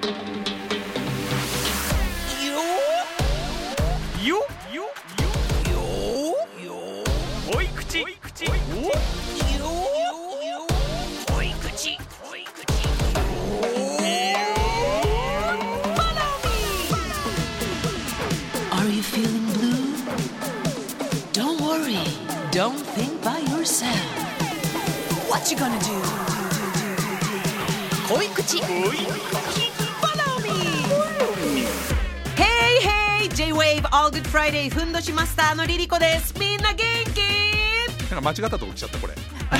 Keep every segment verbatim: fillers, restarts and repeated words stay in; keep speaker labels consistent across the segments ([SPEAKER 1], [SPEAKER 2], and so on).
[SPEAKER 1] よよよ濃い口濃い口濃い口
[SPEAKER 2] Are you feeling blue? Don't worry, don't think by yourself. What you gonna do? 濃い口 Follow me. Hey hey, J-Wave All Good Friday ふんどしマスターのリリコです。みんな元気？
[SPEAKER 3] なんか間違ったとこ来ちゃったこれ
[SPEAKER 2] あ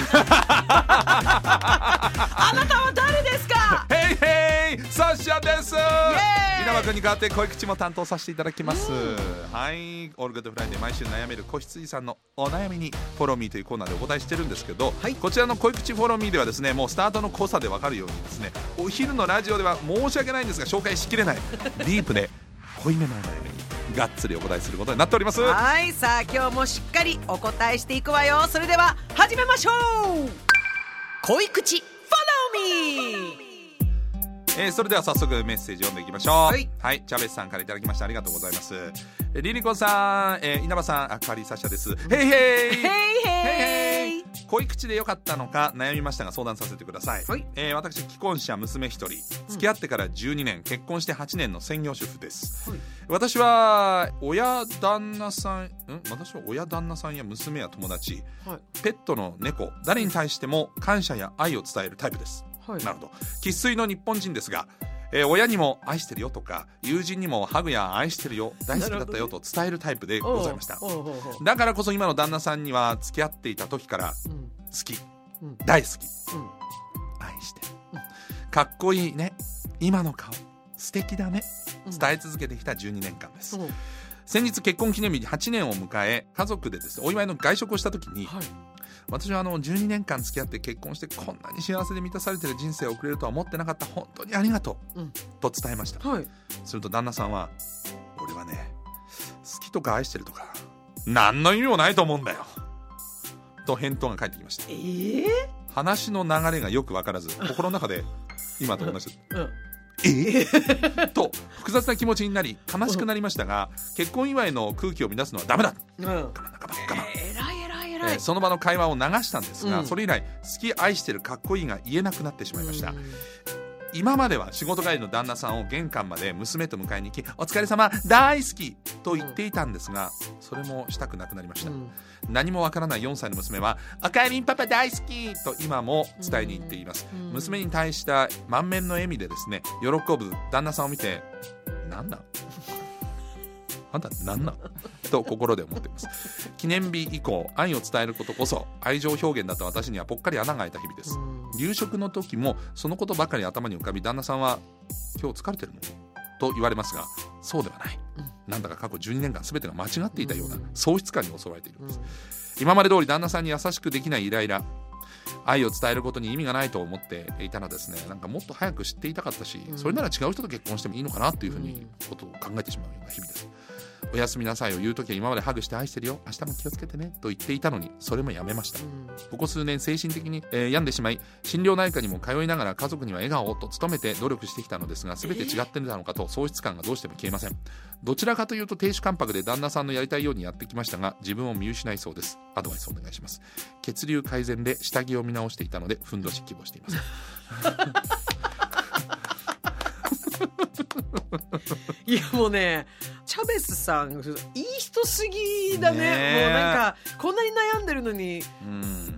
[SPEAKER 2] なたは誰ですか？
[SPEAKER 3] ヘイヘイサッシャです。稲葉君に代わって濃い口も担当させていただきます、うん、はいオールグッドフライデー毎週悩める子羊さんのお悩みにフォローミーというコーナーでお答えしてるんですけど、はい、こちらの濃い口フォローミーではですねもうスタートの濃さで分かるようにですねお昼のラジオでは申し訳ないんですが紹介しきれないディープで濃いめのお悩みにがっつりお答えすることになっております。
[SPEAKER 2] はいさあ今日もしっかりお答えしていくわよ。それでは始めましょう。濃い口フォローミー。
[SPEAKER 3] えー、それでは早速メッセージ読んでいきましょう。はい、はい、チャベスさんからいただきましたありがとうございます。えー、リリコさん、えー、稲葉さん、あかりサッシャです。ヘイヘイ
[SPEAKER 2] ヘイヘイ。
[SPEAKER 3] 濃い口でよかったのか悩みましたが相談させてください。はい、えー、私既婚者娘一人付き合ってからじゅうにねん、うん、結婚してはちねんの専業主婦です。はい、私は親旦那さんん私は親旦那さんや娘や友達、はい、ペットの猫誰に対しても感謝や愛を伝えるタイプです。はい、なるほど。生粋の日本人ですが、えー、親にも愛してるよとか友人にもハグや愛してるよ大好きだったよと伝えるタイプでございました。だからこそ今の旦那さんには付き合っていた時から好き、うん、大好き、うん、愛してる、うん、かっこいいね今の顔素敵だね伝え続けてきたじゅうにねんかんです。うん、先日結婚記念日にはちねんを迎え家族でですねお祝いの外食をした時に、はい、私はあのじゅうにねんかん付き合って結婚してこんなに幸せで満たされている人生を送れるとは思ってなかった本当にありがとう、うん、と伝えました。はい、すると旦那さんは俺はね好きとか愛してるとか何の意味もないと思うんだよと返答が返ってきました。えー、話の流れがよく分からず心の中で今と同じ、うんうんえー、と複雑な気持ちになり悲しくなりましたが結婚祝いの空気を乱すのはダメだ、うん、我慢我慢我慢、えー、偉い偉い偉い、えー、その場の会話を流したんですが、うん、それ以来好き愛してるかっこいいが言えなくなってしまいました。うん、今までは仕事帰りの旦那さんを玄関まで娘と迎えに行きお疲れ様大好きと言っていたんですがそれもしたくなくなりました。うん、何もわからないよんさいの娘はおかえりんパパ大好きと今も伝えに行っています。うん、娘に対した満面の笑みでですね喜ぶ旦那さんを見てなんだあんたなんなんと心で思っています。記念日以降愛を伝えることこそ愛情表現だった私にはぽっかり穴が開いた日々です。夕食の時もそのことばかり頭に浮かび旦那さんは今日疲れてるのと言われますがそうではない、うん、なんだか過去じゅうにねんかん全てが間違っていたような喪失感に襲われているんです。うん、今まで通り旦那さんに優しくできないイライラ愛を伝えることに意味がないと思っていたらですねなんかもっと早く知っていたかったし、うん、それなら違う人と結婚してもいいのかなというふうにことを考えてしまうような日々です。おやすみなさいを言うときは今までハグして愛してるよ明日も気をつけてねと言っていたのにそれもやめました。うん、ここ数年精神的に、えー、病んでしまい心療内科にも通いながら家族には笑顔をと努めて努力してきたのですが全て違ってるのかと喪失感がどうしても消えません。どちらかというと亭主関白で旦那さんのやりたいようにやってきましたが自分を見失いそうです。アドバイスお願いします。血流改善で下着を見直していたのでふんどし希望しています
[SPEAKER 2] いやもうねチャベスさんいい人すぎだ ね, ねもうなんかこんなに悩んでるのに、うん、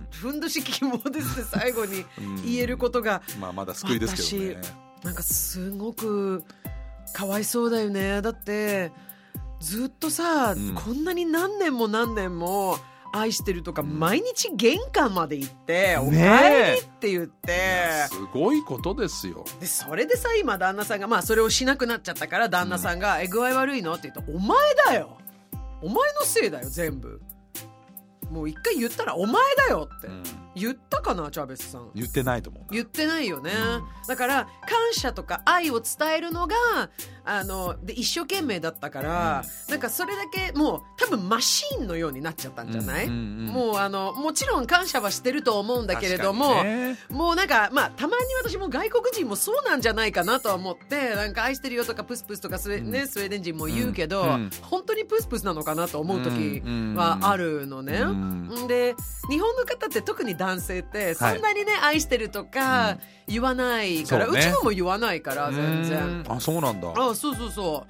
[SPEAKER 2] ふんどし希望ですって最後に言えることが、
[SPEAKER 3] うん、まあまだ救いですけどね。
[SPEAKER 2] 私なんかすごくかわいそうだよね。だってずっとさ、うん、こんなに何年も何年も愛してるとか、うん、毎日玄関まで行って、ね、おかえりって言って
[SPEAKER 3] すごいことですよ。
[SPEAKER 2] でそれでさ今旦那さんがまあそれをしなくなっちゃったから旦那さんが、うん、え具合悪いのって言ったらお前だよお前のせいだよ全部もう一回言ったらお前だよって、うん言ったかなチャベスさん。
[SPEAKER 3] 言ってないと思う。
[SPEAKER 2] 言ってないよね、
[SPEAKER 3] うん、
[SPEAKER 2] だから感謝とか愛を伝えるのがあので一生懸命だったから、うん、なんかそれだけもう多分マシーンのようになっちゃったんじゃない、うんうんうん、もうあのもちろん感謝はしてると思うんだけれども、ね、もうなんかまあたまに私も外国人もそうなんじゃないかなとは思って、なんか愛してるよとかプスプスとかスウェ、うんね、スウェーデン人も言うけど、うん、本当にプスプスなのかなと思う時はあるのね、うんうん、で日本の方って特に男性ってそんなにね、はい、愛してるとか言わないから、うん、うちのも言わないから全然。
[SPEAKER 3] あ、そうなんだ。
[SPEAKER 2] あ、そうそうそう、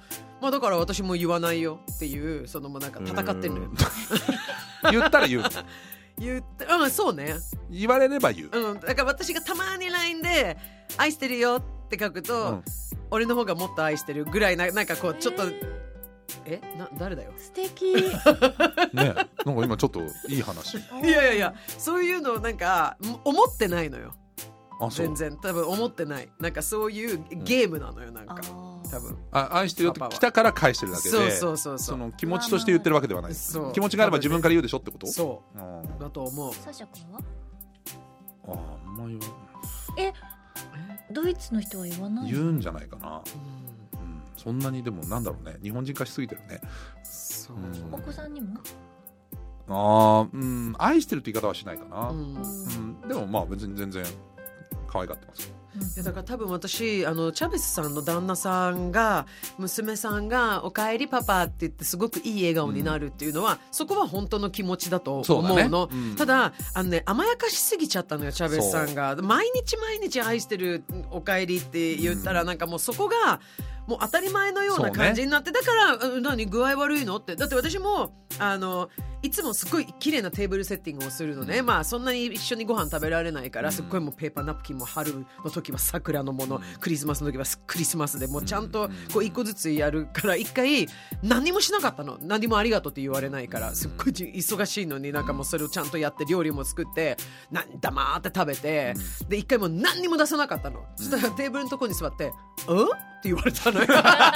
[SPEAKER 2] まあ、だから私も言わないよっていう、そのもうなんか戦ってるのよ
[SPEAKER 3] 言ったら言うの
[SPEAKER 2] 言って、うん、そうね、
[SPEAKER 3] 言われれば言う、
[SPEAKER 2] うん、だから私がたまに ライン で愛してるよって書くと、うん、俺の方がもっと愛してるぐらいな、なんかこうちょっとえな誰だよ
[SPEAKER 4] 素敵ね、
[SPEAKER 3] なんか今ちょっといい話い
[SPEAKER 2] やいやいや、そういうのなんか思ってないのよ。あ、全然多分思ってない、なんかそういうゲームなのよ、なんか、うん、多分
[SPEAKER 3] あ愛してるよって来たから返してるだけで、
[SPEAKER 2] そうそうそうそう、
[SPEAKER 3] その気持ちとして言ってるわけではない、まあ、気持ちがあれば自分から言うでしょってこと。
[SPEAKER 2] そうだと思う。
[SPEAKER 4] サシャ君は
[SPEAKER 3] ああんま言わ
[SPEAKER 4] ない。えドイツの人は言わない？
[SPEAKER 3] 言うんじゃないかな、うん、そんなにでもなんだろうね、日本人化しすぎてるね。
[SPEAKER 4] そう、うん、お子さんにも
[SPEAKER 3] あ、うん、愛してるって言い方はしないかな、
[SPEAKER 2] うん
[SPEAKER 3] うん、でもまあ別に全然可愛がってます。
[SPEAKER 2] いやだから多分私あのチャベスさんの旦那さんが娘さんがおかえりパパって言ってすごくいい笑顔になるっていうのは、うん、そこは本当の気持ちだと思うの。
[SPEAKER 3] そうだね、うん、
[SPEAKER 2] ただあの、ね、甘やかしすぎちゃったのよチャベスさんが。毎日毎日愛してるおかえりって言ったら、うん、なんかもうそこがもう当たり前のような感じになって、ね、だから何具合悪いのって。だって私もあのいつもすごい綺麗なテーブルセッティングをするのね、うん、まあそんなに一緒にご飯食べられないから、うん、すっごいもうペーパーナプキンも春の時は桜のもの、うん、クリスマスの時はクリスマスでもうちゃんとこう一個ずつやるから、一回何もしなかったの。何もありがとうって言われないから、すっごい忙しいのになんかもうそれをちゃんとやって料理も作ってな黙って食べて、で一回もう何にも出さなかったの。そしたらテーブルのところに座ってうんって言われたのよ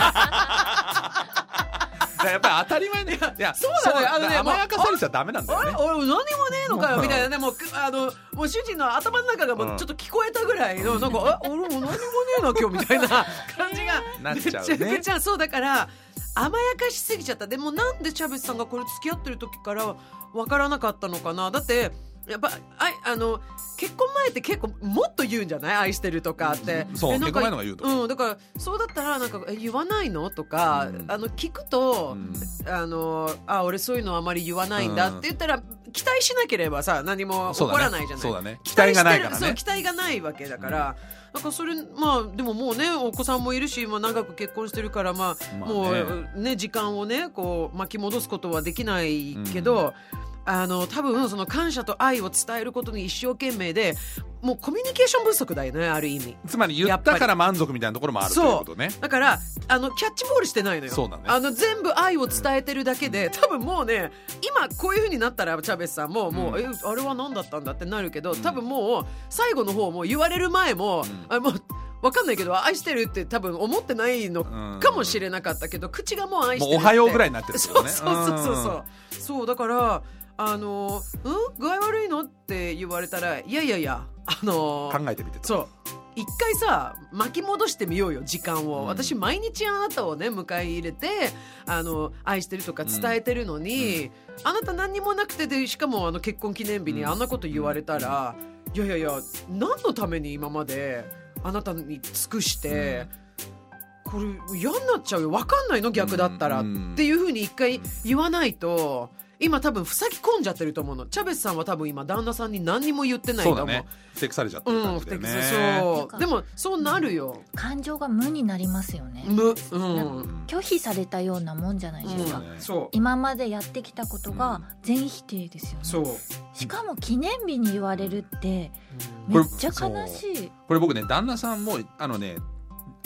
[SPEAKER 3] やっぱり当たり前ね。いや
[SPEAKER 2] そうなのよ。あのね、
[SPEAKER 3] 甘やかされちゃダメなんだよね。
[SPEAKER 2] 俺何もねえのかよみたいなね、もうあのもう主人の頭の中がもうちょっと聞こえたぐらいの、うん、なんかえ俺も何もねえな今日みたいな感じが
[SPEAKER 3] なっちゃうね。
[SPEAKER 2] めちゃくちゃそうだから甘やかしすぎちゃった。でもなんでチャベスさんがこれ付き合ってる時から分からなかったのかな。だってやっぱああの結婚前って結構もっと言うんじゃない愛してるとかって、
[SPEAKER 3] うん、そう結婚前のが言うと、
[SPEAKER 2] うん、だからそうだったらなんかえ言わないのとか、うん、あの聞くと、うん、あのあ俺そういうのあまり言わないんだって言ったら、うん、期待しなければさ何も起こらないじゃない。
[SPEAKER 3] そうだね、期待がないからね。
[SPEAKER 2] そう期待がないわけだから、うん、なんかそれまあでももうねお子さんもいるし、まあ、長く結婚してるから、まあまあね、もうね時間をねこう巻き戻すことはできないけど、うんあの多分その感謝と愛を伝えることに一生懸命で、もうコミュニケーション不足だよね、ある意味。
[SPEAKER 3] つまり言ったから満足みたいなところもあるということね。
[SPEAKER 2] だからあのキャッチボールしてないのよ。
[SPEAKER 3] そうだね、
[SPEAKER 2] あの全部愛を伝えてるだけで、うん、多分もうね今こういう風になったらチャベスさんももう、うん、えあれは何だったんだってなるけど、多分もう最後の方も言われる前も、うん、あもう分かんないけど愛してるって多分思ってないのかもしれなかったけど、口がもう愛してるってもう
[SPEAKER 3] おはようぐらいになってるよね。
[SPEAKER 2] そうそうそうそうそうそうだからあのうん具合悪いのって言われたらいやいやいやあの
[SPEAKER 3] 考えてみてと。
[SPEAKER 2] そう一回さ巻き戻してみようよ時間を、うん、私毎日あなたをね迎え入れてあの愛してるとか伝えてるのに、うん、あなた何にもなくてでしかもあの結婚記念日にあんなこと言われたら、うん、いやいやいや何のために今まであなたに尽くして、うん、これ嫌になっちゃうよ分かんないの逆だったら、うん、っていう風に一回言わないと今多分塞ぎ込んじゃってると思うの。チャベスさんは多分今旦那さんに何にも言ってないと思う。
[SPEAKER 3] そうだね、ふてくされちゃってる感じだよね、
[SPEAKER 2] うん、そうでもそうなるよ。
[SPEAKER 4] 感情が無になりますよね。
[SPEAKER 2] 無、うん、
[SPEAKER 4] 拒否されたようなもんじゃないですか、うん、
[SPEAKER 2] そう
[SPEAKER 4] 今までやってきたことが全否定ですよね、
[SPEAKER 2] そう
[SPEAKER 4] しかも記念日に言われるってめっちゃ悲しい。
[SPEAKER 3] これ僕ね旦那さんもあのね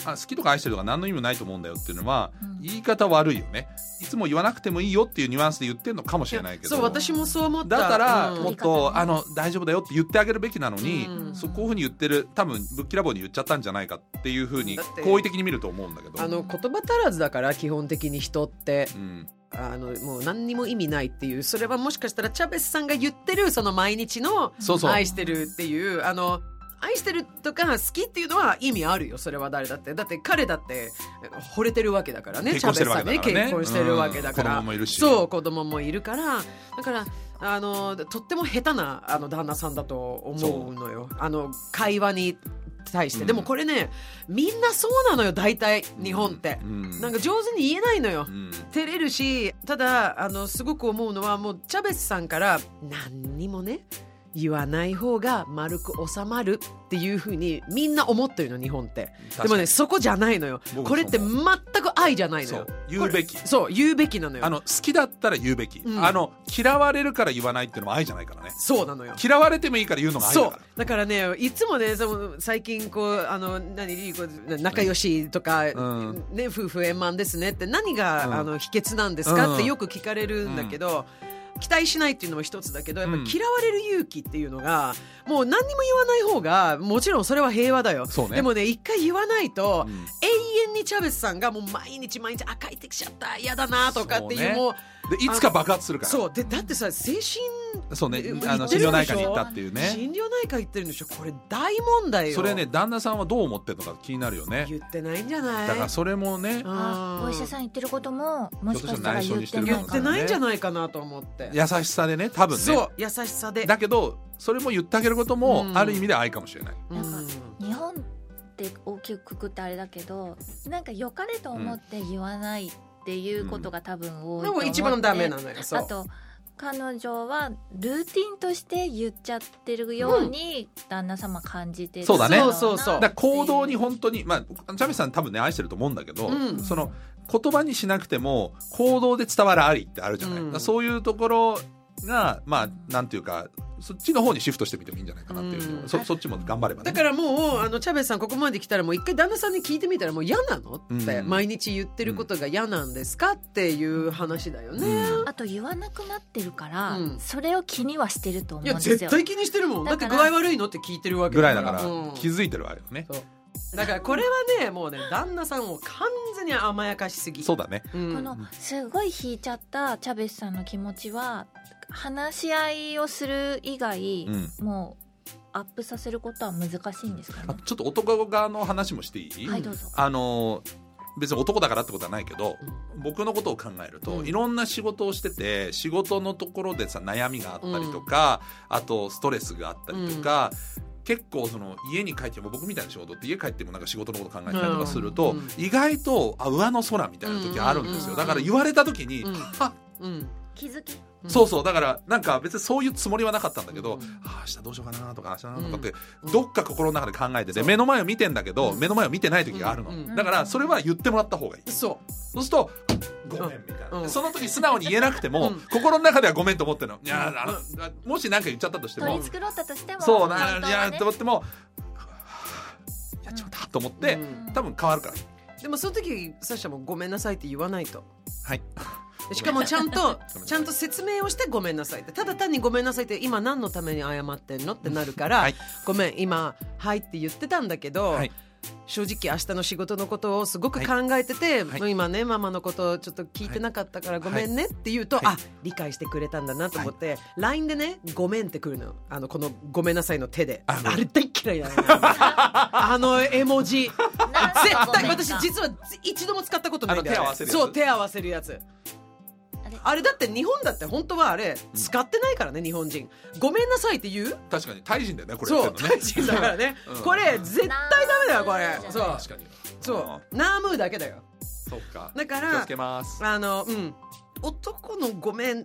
[SPEAKER 3] 好きとか愛してるとか何の意味もないと思うんだよっていうのは、
[SPEAKER 4] うん、
[SPEAKER 3] 言い方悪いよね。いつも言わなくてもいいよっていうニュアンスで言ってるのかもしれないけど、
[SPEAKER 2] そう私もそう思った。
[SPEAKER 3] だからもっと、
[SPEAKER 4] うん、
[SPEAKER 3] あの大丈夫だよって言ってあげるべきなのに、
[SPEAKER 2] うん、
[SPEAKER 3] そうこういうふうに言ってる、多分ぶっきらぼうに言っちゃったんじゃないかっていうふうに好意的に見ると思うんだけど、
[SPEAKER 2] あの言葉足らずだから基本的に人って、
[SPEAKER 3] うん、
[SPEAKER 2] あのもう何にも意味ないっていう、それはもしかしたらチャベスさんが言ってるその毎日の愛してるっていう、あの愛してるとか好きっていうのは意味あるよ。それは誰だって、だって彼だって惚れてるわけだからね。
[SPEAKER 3] 結婚してるわけだからね。
[SPEAKER 2] 結婚してるわけだから、
[SPEAKER 3] うん、子供もいるし、
[SPEAKER 2] そう子供もいるから、だからあのとっても下手なあの旦那さんだと思うのよ、あの会話に対して、うん、でもこれねみんなそうなのよ大体日本って、うん、なんか上手に言えないのよ、うん、照れるし。ただあのすごく思うのは、もうチャベスさんから何にもね言わない方が丸く収まるっていう風にみんな思ってるの日本って。でもねそこじゃないのよ。これって全く愛じゃないのよ。
[SPEAKER 3] そう言うべき、
[SPEAKER 2] そう言うべきなのよ。
[SPEAKER 3] あの好きだったら言うべき、うん、あの嫌われるから言わないっていうのも愛じゃないからね。
[SPEAKER 2] そうなのよ。
[SPEAKER 3] 嫌われてもいいから言うのが愛だから。
[SPEAKER 2] そうだからね、いつもねその最近こうあの何リリコ仲良しとか、うんね、夫婦円満ですねって何が、うん、あの秘訣なんですか、うん、ってよく聞かれるんだけど、うん期待しないっていうのも一つだけど、やっぱり嫌われる勇気っていうのが、うん、もう何にも言わない方がもちろんそれは平和だよ、ね、でもね一回言わないと、うん、永遠にチャベスさんがもう毎日毎日あ帰ってきちゃった嫌だなとかっていう、もう
[SPEAKER 3] でいつか爆発するから。
[SPEAKER 2] そうでだってさ精神
[SPEAKER 3] そうね、あの心療内科に行ったっていうね。
[SPEAKER 2] 心療内科行ってるんでしょ。これ大問題よ。
[SPEAKER 3] それね旦那さんはどう思ってるのか気になるよね。
[SPEAKER 2] 言ってないんじゃない。
[SPEAKER 3] だからそれもね、
[SPEAKER 4] あお医者さん言ってることももしかしたら言ってないかな、
[SPEAKER 2] 言ってないんじゃないかなと思って。
[SPEAKER 3] 優しさでね多分ね。
[SPEAKER 2] そう優しさで。
[SPEAKER 3] だけどそれも言ってあげることもある意味で愛かもしれない。
[SPEAKER 4] なんか日本って大きくくくってあれだけど、なんか良かれと思って言わないっていうことが多分多いと思って、うん、でも一番ダメなのよ。そうあと彼女はルーティンとして言っちゃってるように旦那様感じてる、
[SPEAKER 3] うん、そうだね。
[SPEAKER 2] そうそうそう。
[SPEAKER 3] だ行動に本当に、まあチャベスさん多分ね愛してると思うんだけど、うん、その言葉にしなくても行動で伝わる愛ってあるじゃない、うん、そういうところがまあなんていうかそっちの方にシフトしてみてもいいんじゃないかなっていう、うん、そ, そっちも頑張ればね。
[SPEAKER 2] だからもうあのチャベスさんここまで来たらもう一回旦那さんに聞いてみたらもう嫌なのって、うん、毎日言ってることが嫌なんですかっていう話だよね、
[SPEAKER 4] うん、あと言わなくなってるから、うん、それを気にはしてると思うんですよ。
[SPEAKER 2] いや絶対気にしてるもん。だって具合悪いのって聞いてるわけ
[SPEAKER 3] ぐらいだから、うん、気づいてるわよね。
[SPEAKER 2] そうだからこれはねもうね旦那さんを完全に甘やかしすぎ。
[SPEAKER 3] そうだね、
[SPEAKER 4] うん、このすごい引いちゃったチャベスさんの気持ちは話し合いをする以外、うん、もうアップさせることは難しいんですかね。
[SPEAKER 3] ちょっと男側の話もしていい？
[SPEAKER 4] はいどうぞ。
[SPEAKER 3] あの別に男だからってことはないけど、うん、僕のことを考えると、うん、いろんな仕事をしてて仕事のところでさ悩みがあったりとか、うん、あとストレスがあったりとか、うん結構その家に帰っても僕みたいな仕事って家帰ってもなんか仕事のこと考えたりとかすると、うん、意外とあ上の空みたいな時あるんですよ。だから言われた時に、うん、はっ、
[SPEAKER 4] うん、気づき、
[SPEAKER 3] うん、そうそうだからなんか別にそういうつもりはなかったんだけど、うん、あ明日どうしようかなとか明日なとかってどっか心の中で考えてて、うん、目の前を見てんだけど、うん、目の前を見てない時があるの、うん、だからそれは言ってもらった方がいい。そうそうするとごめんみたいな、うん、その時素直に言えなくても、うん、心の中ではごめんと思ってるの。いやあの、うん、もし何か言っちゃったとしても
[SPEAKER 4] 取り繕ったとしても
[SPEAKER 3] そうな、ね、いやと思ってもやっちまったと思って、うん、多分変わるから。
[SPEAKER 2] でもその時サッシャもごめんなさいって言わないと。
[SPEAKER 3] はい
[SPEAKER 2] しかもちゃんとちゃんと説明をしてごめんなさいって。ただ単にごめんなさいって今何のために謝ってんのってなるから、はい、ごめん今はいって言ってたんだけど、はい、正直明日の仕事のことをすごく考えてて、はい、もう今ねママのことをちょっと聞いてなかったからごめんねって言うと、はい、あ理解してくれたんだなと思って、はい、ライン でねごめんってくるの。あのこのごめんなさいの手で あ, あれ大嫌いだねあの絵文字絶対私実は一度も使ったことないんだよ。
[SPEAKER 3] 手合わせるやつ。
[SPEAKER 2] そう手合わせるやつあれだって日本だって本当はあれ使ってないからね、うん、日本人ごめんなさいって言う。
[SPEAKER 3] 確かにタイ人だよねこれ。
[SPEAKER 2] そうタイ人だからね、うん、これ絶対ダメだよこれ。そう
[SPEAKER 3] 確かに
[SPEAKER 2] そうナームーだけだよ。
[SPEAKER 3] そうか
[SPEAKER 2] だから
[SPEAKER 3] 気をつけます。
[SPEAKER 2] あの、うん、男のごめんって、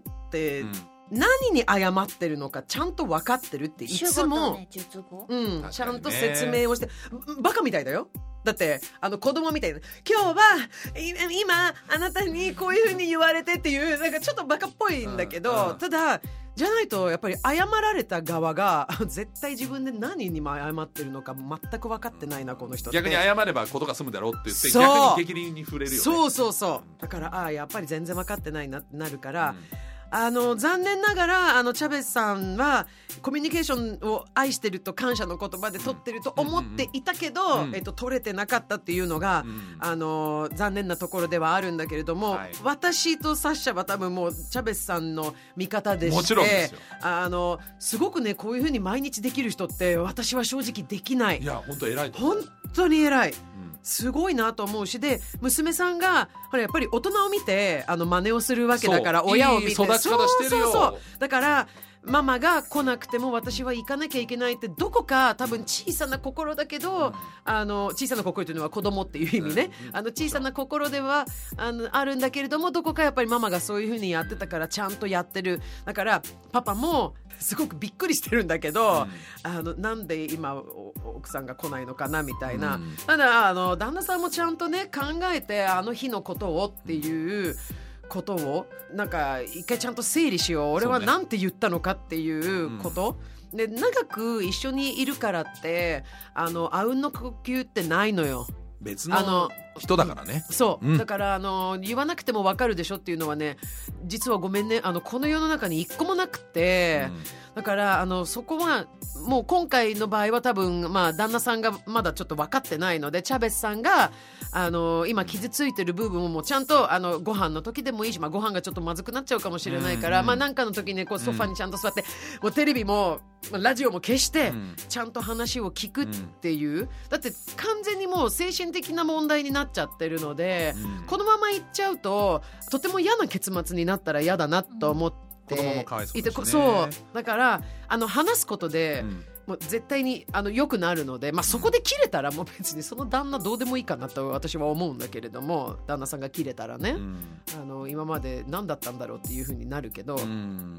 [SPEAKER 2] うん、何に謝ってるのかちゃんと分かってるっていつも、
[SPEAKER 4] ね、術語、
[SPEAKER 2] うん、ちゃんと説明をしてバカみたいだよ。だってあの子供みたいな今日は今あなたにこういう風に言われてっていうなんかちょっとバカっぽいんだけど、うん、ただじゃないとやっぱり謝られた側が絶対自分で何にも謝ってるのか全く分かってないなこの人って。
[SPEAKER 3] 逆に謝ればことが済むだろうって言って逆に激鱗に触れるよね。
[SPEAKER 2] そうそうそうだからあやっぱり全然分かってないなってなるから、うんあの残念ながらあのチャベスさんはコミュニケーションを愛してると感謝の言葉で取ってると思っていたけど、うんえっと、取れてなかったっていうのが、うん、あの残念なところではあるんだけれども、はい、私とサッシャは多分もうチャベスさんの味方でして
[SPEAKER 3] もちろんですよ。
[SPEAKER 2] あのすごくねこういう風に毎日できる人って私は正直できない。
[SPEAKER 3] いや本当偉いと
[SPEAKER 2] 本当に偉い、すごいなと思うしで娘さんがほらやっぱり大人を見てあの真似をするわけだから親を見て
[SPEAKER 3] いい育ち方してるよ。
[SPEAKER 2] そうそうそうだからママが来なくても私は行かなきゃいけないってどこか多分小さな心だけど、うん、あの小さな心というのは子供っていう意味ね、うん、あの小さな心ではあのあるんだけれどもどこかやっぱりママがそういう風にやってたからちゃんとやってる。だからパパもすごくびっくりしてるんだけど、うん、あのなんで今奥さんが来ないのかなみたいな、うん、ただあの旦那さんもちゃんとね考えてあの日のことをっていうことをなんか一回ちゃんと整理しよう俺はなんて言ったのかっていうこと、ねうん、で長く一緒にいるからってあのあうんの呼吸ってないのよ。
[SPEAKER 3] 別の人だからね。
[SPEAKER 2] そう、うん、だからあの言わなくても分かるでしょっていうのはね実はごめんねあのこの世の中に一個もなくて、うん、だからあのそこはもう今回の場合は多分、まあ、旦那さんがまだちょっと分かってないのでチャベスさんがあの今傷ついてる部分もちゃんとあのご飯の時でもいいし、まあ、ご飯がちょっとまずくなっちゃうかもしれないから、うんまあ、なんかの時にこうソファにちゃんと座って、うん、もうテレビもラジオも消して、うん、ちゃんと話を聞くっていう、うん、だって完全にもう精神的な問題になっちゃってるので、うん、このままいっちゃうととても嫌な結末になったら嫌だなと思って、
[SPEAKER 3] うん、子供もかわいそうだしね。
[SPEAKER 2] そうだからあの話すことで、うんもう絶対にあの良くなるので、まあ、そこで切れたらもう別にその旦那どうでもいいかなと私は思うんだけれども旦那さんが切れたらね、うん、あの今まで何だったんだろうっていう風になるけど、うん、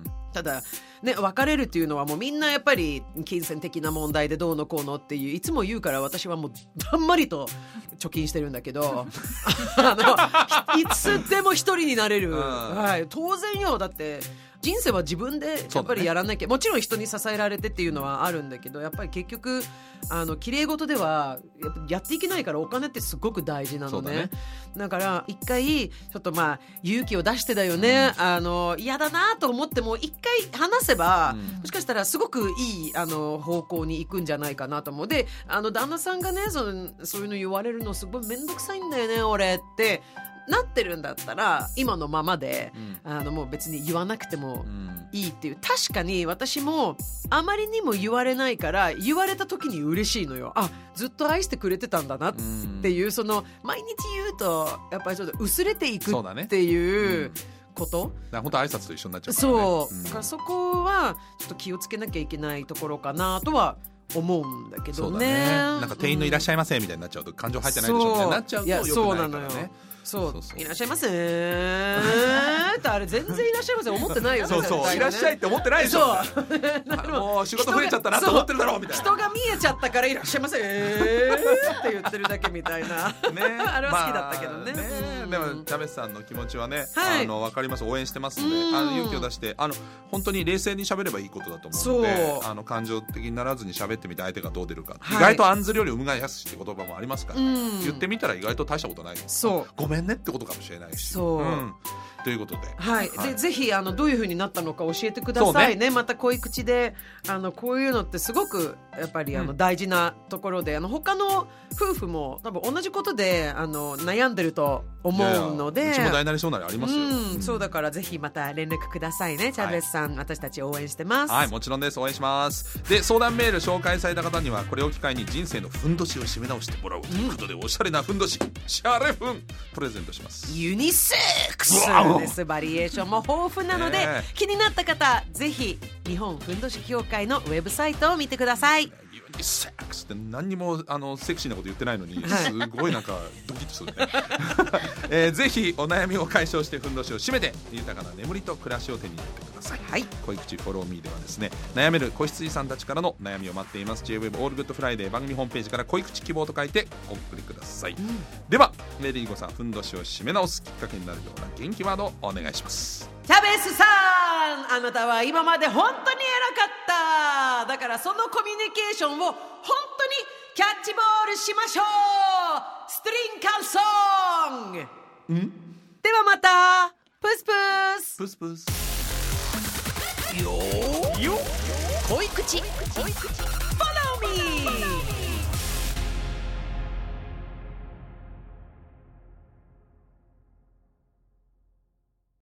[SPEAKER 2] ただ、ね、別れるっていうのはもうみんなやっぱり金銭的な問題でどうのこうのっていういつも言うから私はもうだんまりと貯金してるんだけどあのいつでも一人になれる、はい、当然よ。だって人生は自分でやっぱりやらなきゃ、ね、もちろん人に支えられてっていうのはあるんだけどやっぱり結局あの綺麗事では や, っぱやっていけないからお金ってすごく大事なの ね, ねだから一回ちょっとまあ勇気を出してだよね、うん、あの嫌だなと思っても一回話せば、うん、もしかしたらすごくいいあの方向に行くんじゃないかなと思う。であの旦那さんがねそのそういうの言われるのすごいめんどくさいんだよね俺ってなってるんだったら今のままで、うん、あのもう別に言わなくてもいいっていう、うん、確かに私もあまりにも言われないから言われた時に嬉しいのよ。あずっと愛してくれてたんだなっていう、うん、その毎日言うとやっぱりちょっと薄れていくっていうこと、
[SPEAKER 3] だ本当挨拶と一緒になっちゃうからね。
[SPEAKER 2] そう、うん、だからそこはちょっと気をつけなきゃいけないところかなとは思うんだけど ね, そうだね。
[SPEAKER 3] なんか店員のいらっしゃいませみたいになっちゃうと、うん、感情入ってないでしょみたいになっちゃうと良くないからね。
[SPEAKER 2] そうそうそういらっしゃいませーってあれ全然いらっしゃいませ思ってないよね。
[SPEAKER 3] そうそう、ね、いらっしゃいって思ってないでしょ。もう仕事増えちゃったなと思ってるだろうみたいな。
[SPEAKER 2] 人が見えちゃったからいらっしゃいませーって言ってるだけみたいな、ね、あれは好きだったけどね、まあ、ね、うん、
[SPEAKER 3] でもチャベスさんの気持ちはね、はい、あの分かります。応援してますんで、うん、あの勇気を出してあの本当に冷静に喋ればいいことだと思うので、あの感情的にならずに喋ってみて相手がどう出るか、はい、意外と案ずるより産がやすしって言葉もありますから、うん、言ってみたら意外と大したことない。
[SPEAKER 2] そう
[SPEAKER 3] ごめんねってことかもしれないし。そう、うん、ということで、
[SPEAKER 2] はいはい、でぜひあのどういう風になったのか教えてください ね, ねまた恋口であのこういうのってすごくやっぱりあの、うん、大事なところで、あの他の夫婦も多分同じことであの悩んでると思うので、いやいやうちも
[SPEAKER 3] 大なり小なりありますよ、
[SPEAKER 2] うんうん、そうだからぜひまた連絡くださいね。チャベスさん、はい、私たち応援してます。
[SPEAKER 3] はい、もちろんです。応援します。で相談メール紹介された方にはこれを機会に人生のふんどしを締め直してもらうということで、うん、おしゃれなふんどしシャレふんプレゼントします。
[SPEAKER 2] ユニセックスです。バリエーションも豊富なので、えー、気になった方ぜひ日本ふんどし協会のウェブサイトを見てください。
[SPEAKER 3] ユニセックスって何にもあのセクシーなこと言ってないのにすごいなんかドキッとするね、えー、ぜひお悩みを解消してふんどしを締めて豊かな眠りと暮らしを手に入れてください、はい、恋口フォローミーではですね、悩める子羊さんたちからの悩みを待っています。 ジェイウェブ オールグッドフライデー番組ホームページから恋口希望と書いてお送りください、うん、ではレディーゴさん、ふんどしを締め直すきっかけになるような元気ワードをお願いします。
[SPEAKER 2] キャベスさん、あなたは今まで本当に偉かった。だからそのコミュニケーションを本当にキャッチボールしましょう。ストリンカルソング。んではまた。プスプス
[SPEAKER 3] プスプス。
[SPEAKER 1] よーよ
[SPEAKER 2] 恋口。恋口。